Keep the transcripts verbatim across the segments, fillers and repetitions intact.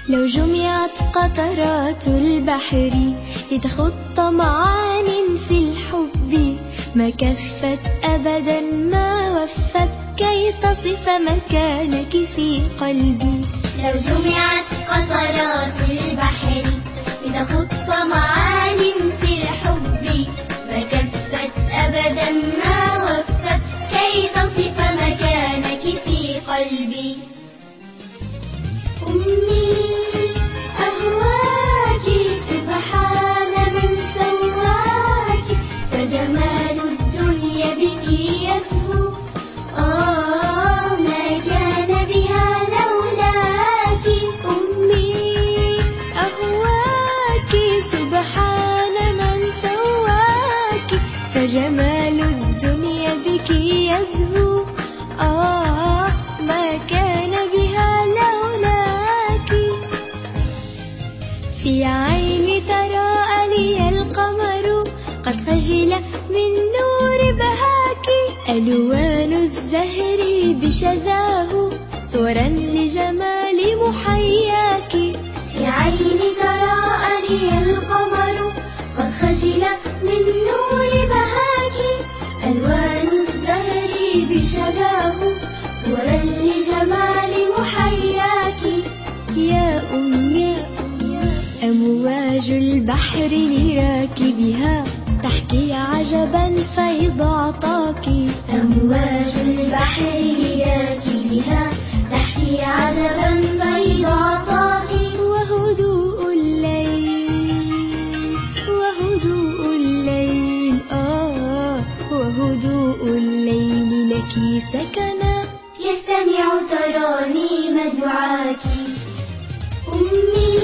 لو جمعت قطرات البحر لتخط معان في الحب ما كفت أبدا ما وفت كي تصف مكانك في قلبي. لو جمعت قطرات البحر لتخط معان في الحب ما كفت أبدا ما وفت كي تصف مكانك في قلبي. أمي أهواك سبحان من سواك فجمال الدنيا بك يزهو آه ما كان بها لولاك. أمي أهواك سبحان من سواك فجمال الدنيا بك يزهو آه ما كان بها لولاك. في عيني تراءى لي القمر قد خجل من نور بهاك ألوان الزهر بشذاه صورا لجمال محياك. في عيني تراءى لي القمر قد خجل من نور بهاك ألوان الزهر بشذاه صورا لجمال محياك. يا أمي أمواج البحر لراكبها تحكي عجبا فيض عطاك. أمواج البحر لراكبها تحكي عجبا فيض عطاك. وهدوء الليل وهدوء الليل آه وهدوء الليل لك سكنا يستمع ترانيم دعاك. أمي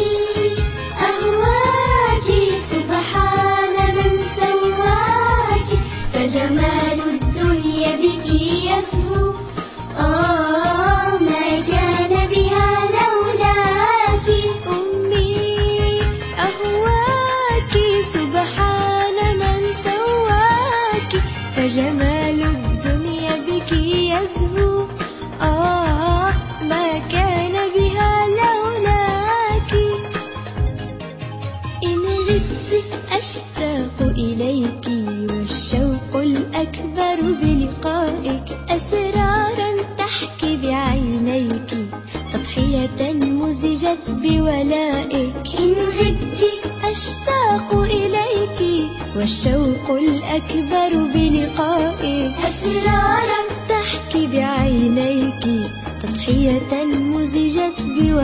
أهواك سبحان من سواك فجمال الدنيا بك يزهو آه ما كان بها لولاك. أمي أهواك سبحان من سواك فجمال الدنيا بك يزهو آه ما كان بها لولاك. إن غبت أشتاق إليك والشوق الأكبر بلقائك أسرارا تحكي بعينيك تضحية مزجت بولائك. إن غبت أشتاق إليك والشوق الأكبر بلقائك أسرارا تحكي بعينيك تضحية مزجت بولائك.